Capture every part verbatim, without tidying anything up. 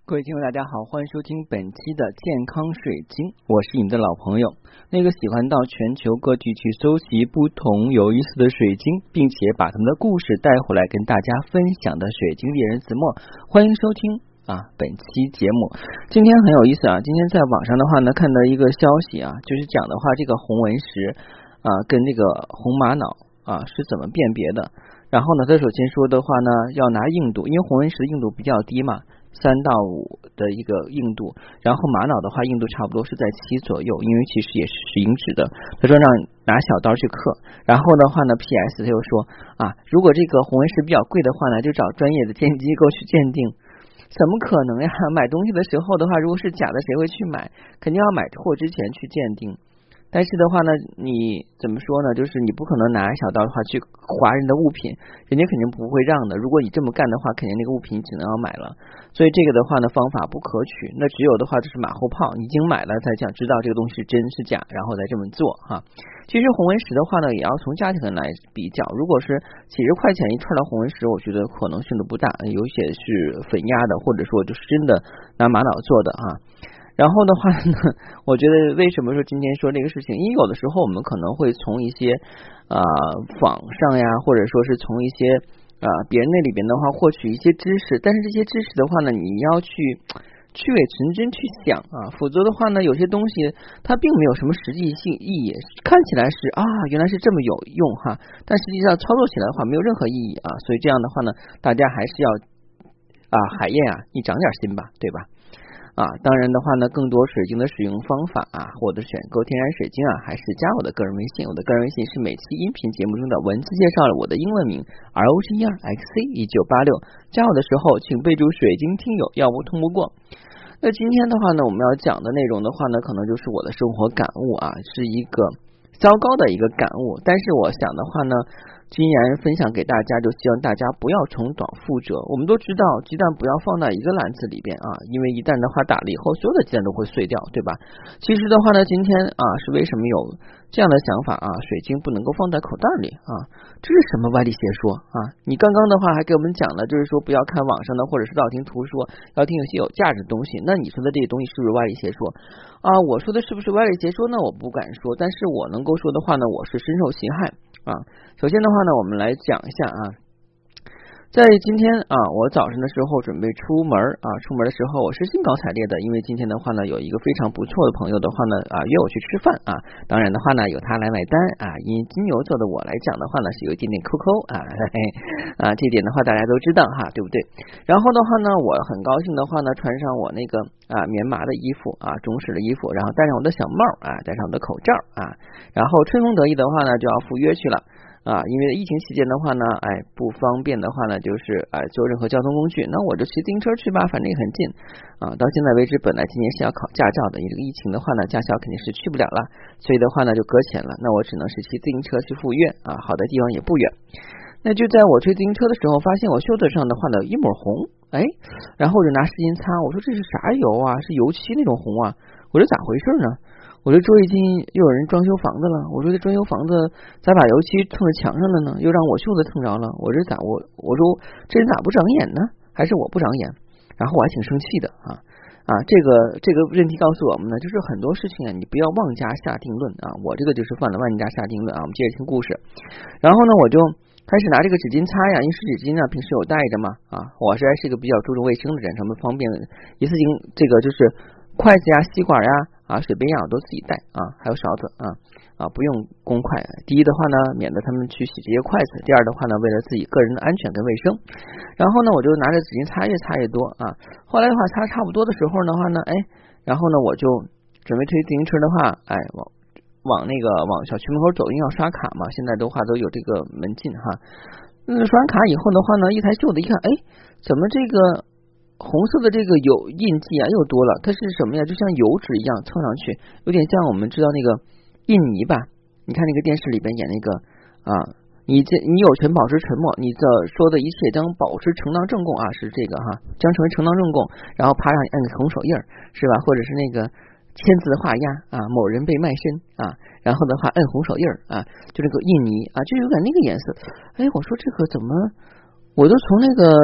各位听众大家好，欢迎收听本期的健康水晶，我是你们的老朋友，那个喜欢到全球各地去搜集不同有意思的水晶，并且把他们的故事带回来跟大家分享的水晶猎人子墨，欢迎收听啊本期节目。今天很有意思啊，今天在网上的话呢看到一个消息啊，就是讲的话这个红纹石啊跟这个红玛瑙啊是怎么辨别的。然后呢他首先说的话呢要拿硬度，因为红纹石的硬度比较低嘛，三到五的一个硬度，然后玛瑙的话硬度差不多是在七左右，因为其实也是石英质的。他说让拿小刀去刻，然后的话呢 P S 他又说啊，如果这个红纹石比较贵的话呢，就找专业的鉴定机构去鉴定。怎么可能呀？买东西的时候的话，如果是假的谁会去买？肯定要买货之前去鉴定。但是的话呢，你怎么说呢？就是你不可能拿小刀的话去划人的物品，人家肯定不会让的。如果你这么干的话，肯定那个物品只能要买了。所以这个的话呢，方法不可取。那只有的话就是马后炮，已经买了才想知道这个东西是真是假，然后再这么做哈。其实红纹石的话呢，也要从价钱来比较。如果是几十块钱一串的红纹石，我觉得可能性都不大，有些是粉压的，或者说就是真的拿玛瑙做的哈。然后的话呢，我觉得为什么说今天说这个事情，因为有的时候我们可能会从一些呃网上呀，或者说是从一些呃别人那里边的话获取一些知识，但是这些知识的话呢，你要去去伪存真去想啊，否则的话呢，有些东西它并没有什么实际性意义，看起来是啊原来是这么有用哈，但实际上操作起来的话没有任何意义啊，所以这样的话呢，大家还是要啊海燕啊，你长点心吧，对吧？啊，当然的话呢，更多水晶的使用方法啊，或者选购天然水晶啊，还是加我的个人微信。我的个人微信是每期音频节目中的文字介绍了我的英文名 R O G E R X C 一九八六。加我的时候，请备注水晶听友，要不通不过。那今天的话呢，我们要讲的内容的话呢，可能就是我的生活感悟啊，是一个糟糕的一个感悟。但是我想的话呢，既然分享给大家，就希望大家不要重蹈覆辙。我们都知道鸡蛋不要放在一个篮子里边啊，因为一旦的话打了以后，所有的鸡蛋都会碎掉，对吧？其实的话呢，今天啊是为什么有这样的想法啊？水晶不能够放在口袋里啊，这是什么歪理邪说啊？你刚刚的话还给我们讲了，就是说不要看网上的或者是道听途说，要听有些有价值的东西。那你说的这些东西是不是歪理邪说啊？我说的是不是歪理邪说呢？我不敢说，但是我能够说的话呢，我是深受其害啊。首先的话呢，我们来讲一下啊，在今天啊，我早上的时候准备出门啊，出门的时候我是兴高采烈的，因为今天的话呢，有一个非常不错的朋友的话呢啊约我去吃饭啊，当然的话呢有他来买单啊，因金牛座的我来讲的话呢是有一点点抠抠啊，嘿嘿啊这点的话大家都知道哈，对不对？然后的话呢，我很高兴的话呢，穿上我那个啊棉麻的衣服啊，中式的衣服，然后戴上我的小帽啊，戴上我的口罩啊，然后春风得意的话呢就要赴约去了。啊，因为疫情期间的话呢，哎，不方便的话呢，就是哎坐任何交通工具，那我就骑自行车去吧，反正也很近啊。到现在为止，本来今年是要考驾照的，因为这个疫情的话呢，驾校肯定是去不了了，所以的话呢就搁浅了。那我只能是骑自行车去赴约啊，好的地方也不远。那就在我推自行车的时候，发现我袖子上的话呢有一抹红，哎，然后我就拿湿巾擦，我说这是啥油啊？是油漆那种红啊？我说咋回事呢？我说最近又有人装修房子了，我说这装修房子咋把油漆蹭在墙上了呢？又让我袖子蹭着了，我这咋我我说这人咋不长眼呢？还是我不长眼？然后我还挺生气的啊啊！这个这个问题告诉我们呢，就是很多事情啊，你不要妄加下定论啊。我这个就是犯了妄加下定论啊。我们接着听故事，然后呢，我就开始拿这个纸巾擦呀，因为湿纸巾呢平时有带着嘛啊，我是还是一个比较注重卫生的人，什么方便一次性这个就是筷子呀、吸管呀。啊，水杯呀我都自己带啊，还有勺子啊啊，不用公筷。第一的话呢，免得他们去洗这些筷子；第二的话呢，为了自己个人的安全跟卫生。然后呢，我就拿着纸巾擦，越擦越多啊。后来的话，擦差不多的时候的话呢，哎，然后呢，我就准备推自行车的话，哎，往往那个往小区门口走，因为要刷卡嘛，现在的话都有这个门禁哈。嗯，刷完卡以后的话呢，一抬袖子一看，哎，怎么这个红色的这个有印记啊又多了，它是什么呀？就像油脂一样蹭上去，有点像我们知道那个印泥吧？你看那个电视里边演那个啊，你这你有权保持沉默，你这说的一切将保持承当正供啊，是这个哈，将成为承当正供，然后啪让你按个红手印是吧？或者是那个签字画押啊，某人被卖身啊，然后的话按红手印啊，就这个印泥啊，就有点那个颜色。哎，我说这个怎么，我都从那个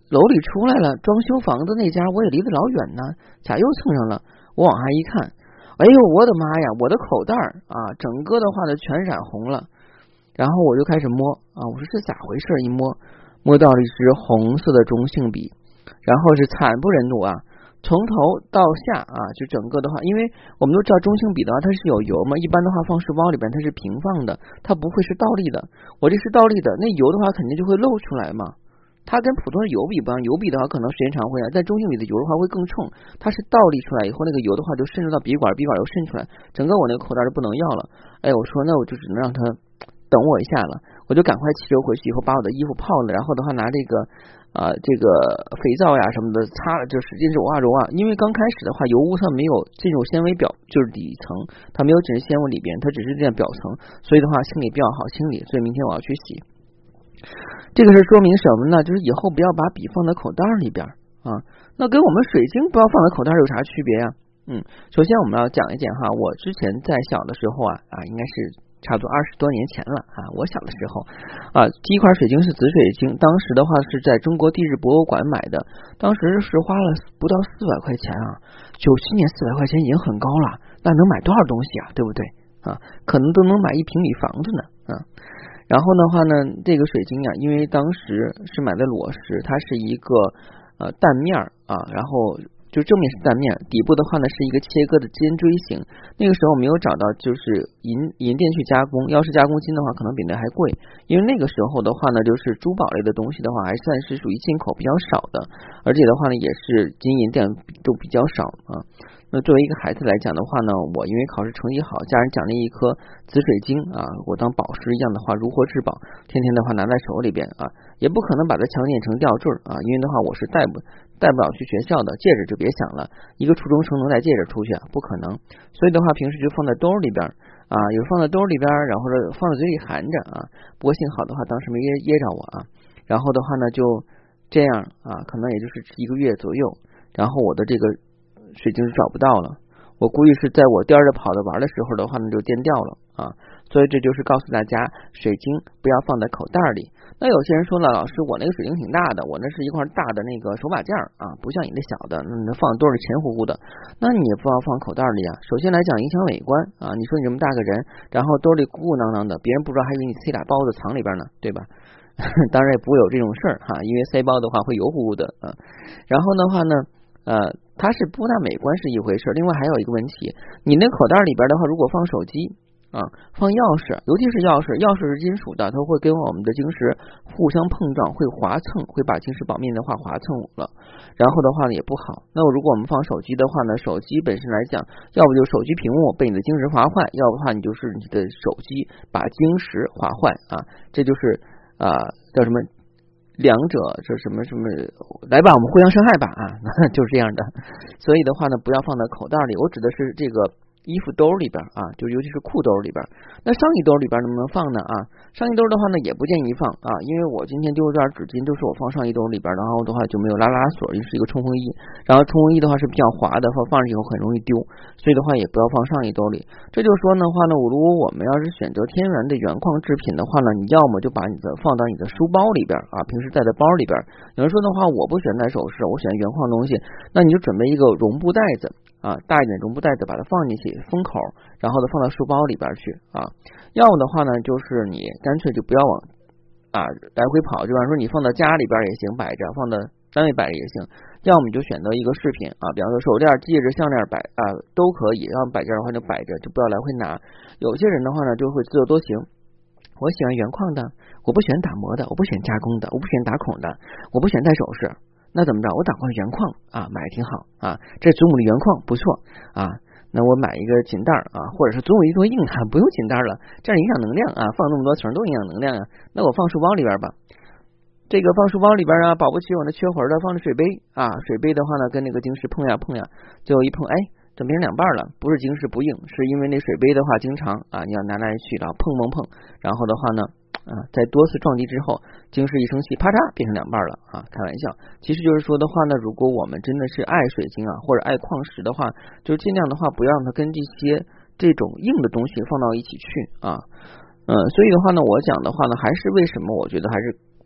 楼里出来了，装修房子那家我也离得老远呢，咋又蹭上了？我往下一看，哎呦我的妈呀，我的口袋啊，整个的话呢全染红了。然后我就开始摸啊，我说这咋回事？一摸摸到了一支红色的中性笔，然后是惨不忍睹啊，从头到下啊，就整个的话，因为我们都知道中性笔的话它是有油嘛，一般的话放书包里边它是平放的，它不会是倒立的。我这是倒立的，那油的话肯定就会漏出来嘛。它跟普通的油笔不一样，油笔的话可能时间长会啊，但中性笔的油的话会更冲，它是倒立出来以后，那个油的话就渗入到笔管，笔管又渗出来，整个我那个口袋就不能要了。哎，我说那我就只能让它等我一下了，我就赶快骑车回去以后把我的衣服泡了，然后的话拿这个啊、呃、这个肥皂呀什么的擦了，就使劲揉啊揉啊，因为刚开始的话油污它没有进入纤维表，就是底层它没有进入纤维里边，它只是这样表层，所以的话清理比较好清理，所以明天我要去洗。这个是说明什么呢？就是以后不要把笔放在口袋里边啊，那跟我们水晶不要放在口袋有啥区别呀？嗯，首先我们要讲一讲哈，我之前在小的时候啊啊，应该是差不多二十多年前了啊，我小的时候啊，第一块水晶是紫水晶，当时的话是在中国地质博物馆买的，当时是花了不到四百块钱啊，九七年四百块钱已经很高了，那能买多少东西啊，对不对啊？可能都能买一平米房子呢啊。然后的话呢，这个水晶呀、啊，因为当时是买的裸石，它是一个呃蛋面啊，然后就正面是蛋面，底部的话呢是一个切割的尖锥形。那个时候没有找到就是银银店去加工，要是加工金的话，可能比那还贵。因为那个时候的话呢，就是珠宝类的东西的话，还算是属于进口比较少的，而且的话呢，也是金银店都比较少啊。那作为一个孩子来讲的话呢，我因为考试成绩好，家人奖励一颗紫水晶啊，我当宝石一样的话如获至宝，天天的话拿在手里边啊，也不可能把它强捏成吊坠啊，因为的话我是带不带不了去学校的，戒指就别想了，一个初中生能带戒指出去啊，不可能，所以的话平时就放在兜里边啊，有放在兜里边，然后放在嘴里含着啊，不过幸好的话当时没噎噎着我啊，然后的话呢就这样啊，可能也就是一个月左右，然后我的这个水晶是找不到了，我估计是在我颠着跑的玩的时候的话呢就颠掉了啊，所以这就是告诉大家水晶不要放在口袋里。那有些人说了，老师我那个水晶挺大的，我那是一块大的那个手把件啊，不像你那小的，那你放兜里沉乎乎的，那你也不要放口袋里啊。首先来讲影响美观啊，你说你这么大个人，然后兜里鼓鼓囊囊的，别人不知道还以为你塞俩包子藏里边呢，对吧？当然也不会有这种事儿哈，因为塞包的话会油乎乎的啊。然后的话呢呃，它是不大美观是一回事，另外还有一个问题，你那口袋里边的话，如果放手机啊，放钥匙，尤其是钥匙，钥匙是金属的，它会跟我们的晶石互相碰撞，会划蹭，会把晶石表面的话划蹭了，然后的话呢也不好。那如果我们放手机的话呢，手机本身来讲，要不就手机屏幕被你的晶石划坏，要不的话你就是你的手机把晶石划坏啊，这就是啊、呃、叫什么？两者这什么什么来吧，我们互相伤害吧啊，就是这样的。所以的话呢，不要放在口袋里。我指的是这个衣服兜里边啊，就尤其是裤兜里边。那上衣兜里边能不能放呢啊？上衣兜的话呢，也不建议放啊，因为我今天丢了点纸巾，就是我放上衣兜里边，然后的话就没有拉拉锁，又是一个冲锋衣，然后冲锋衣的话是比较滑的，放上以后很容易丢，所以的话也不要放上衣兜里。这就是说的话呢，如果我们要是选择天然的原矿制品的话呢，你要么就把你的放到你的书包里边啊，平时带在包里边。有人说的话，我不喜欢戴首饰，我喜欢原矿东西，那你就准备一个绒布袋子啊，大一点绒布袋子把它放进去，封口，然后呢放到书包里边去啊。要么的话呢，就是你干脆就不要往啊来回跑，就比方说你放到家里边也行，摆着；放到单位摆着也行。要么你就选择一个饰品啊，比方说手链、戒指、项链摆啊都可以。要么摆件的话就摆着，就不要来回拿。有些人的话呢就会自作多情，我喜欢原矿的，我不喜欢打磨的，我不喜欢加工的，我不喜欢打孔的，我不喜欢戴首饰。那怎么着？我打块原矿啊，买挺好啊，这祖母的原矿不错啊。那我买一个锦袋啊，或者是总有一坨硬汉，不用锦袋了，这样影响能量啊，放那么多层都影响能量啊。那我放书包里边吧，这个放书包里边啊，保不齐我那缺魂的放在水杯啊，水杯的话呢，跟那个晶石碰呀碰呀，最后一碰，哎，怎么变成两半了？不是晶石不硬，是因为那水杯的话，经常啊，你要拿来去，然后碰碰碰，然后的话呢。啊，在多次撞击之后，晶石一生气，啪嚓变成两半了啊！开玩笑，其实就是说的话呢，如果我们真的是爱水晶啊，或者爱矿石的话，就尽量的话不要让它跟这些这种硬的东西放到一起去啊。嗯，所以的话呢，我讲的话呢，还是为什么我觉得还是比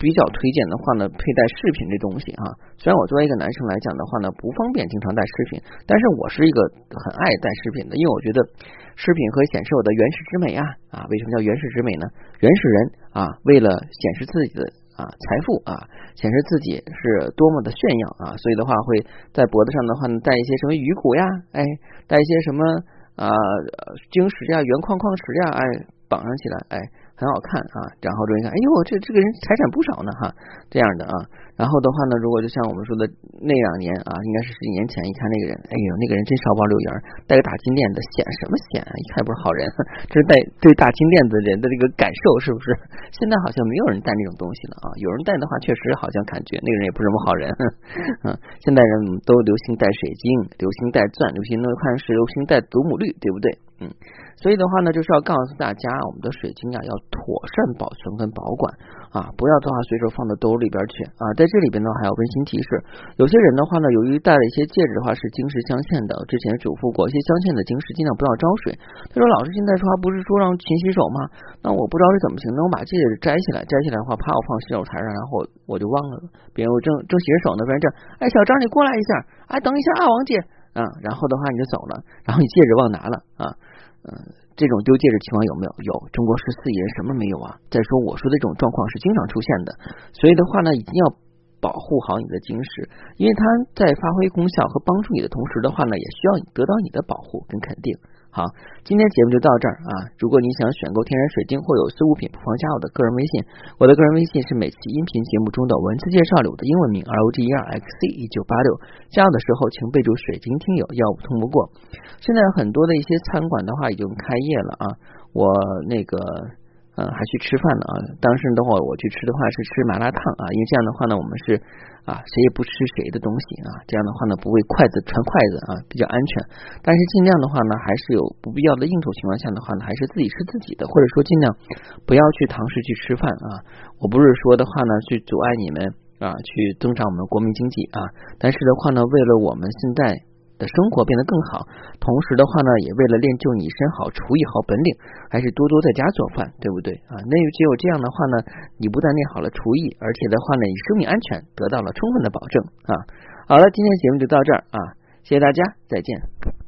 比较推荐的话呢，佩戴饰品这东西啊，虽然我作为一个男生来讲的话呢，不方便经常戴饰品，但是我是一个很爱戴饰品的，因为我觉得饰品可以显示我的原始之美啊啊！为什么叫原始之美呢？原始人啊，为了显示自己的啊财富啊，显示自己是多么的炫耀啊，所以的话会在脖子上的话呢，戴一些什么鱼骨呀，哎，戴一些什么啊晶石呀、原矿矿石呀，哎，绑上起来，哎。很好看啊，然后就一看，哎呦，这这个人财产不少呢哈，这样的啊。然后的话呢，如果就像我们说的那两年啊，应该是十几年前，一看那个人，哎呦，那个人真少包溜圆，戴个大金链子，显什么显啊？一看不是好人，这是戴对大金链子人的这个感受是不是？现在好像没有人戴那种东西了啊，有人戴的话，确实好像感觉那个人也不是什么好人。嗯，现代人都流行戴水晶，流行戴钻，流行看是流行戴祖母绿，对不对？嗯。所以的话呢，就是要告诉大家，我们的水晶啊要妥善保存跟保管啊，不要的话随手放到兜里边去啊。在这里边呢还要温馨提示，有些人的话呢，由于戴了一些戒指的话是晶石镶嵌的，之前嘱咐过，一些镶嵌的晶石尽量不要招水。他说老师现在说不是说让勤洗手吗？那我不知道是怎么行，那我把戒指摘下来，摘下来的话怕我放洗手台上，然后我就忘了，别人我正正洗着手呢，别人这哎小张你过来一下，哎等一下啊王姐啊，然后的话你就走了，然后你戒指忘拿了啊。嗯，这种丢戒指情况有没有？有，中国十四亿人什么没有啊？再说我说的这种状况是经常出现的，所以的话呢，一定要保护好你的晶石，因为它在发挥功效和帮助你的同时的话呢，也需要你得到你的保护跟肯定。好，今天节目就到这儿啊！如果你想选购天然水晶或有色物品，不妨加我的个人微信。我的个人微信是每期音频节目中的文字介绍里我的英文名 R O G E R X C 一九八六。加我的时候请备注水晶听友，要不通不过。现在很多的一些餐馆的话已经开业了啊，我那个嗯还去吃饭呢啊。当时的话我去吃的话是吃麻辣烫啊，因为这样的话呢我们是啊谁也不吃谁的东西啊，这样的话呢不会筷子传筷子啊，比较安全。但是尽量的话呢，还是有不必要的应酬情况下的话呢，还是自己吃自己的，或者说尽量不要去堂食去吃饭啊。我不是说的话呢去阻碍你们啊去增长我们国民经济啊，但是的话呢，为了我们现在的生活变得更好，同时的话呢，也为了练就你身好厨艺好本领，还是多多在家做饭，对不对啊？那只有这样的话呢，你不但练好了厨艺，而且的话呢，你生命安全得到了充分的保证啊。好了，今天节目就到这儿啊，谢谢大家，再见。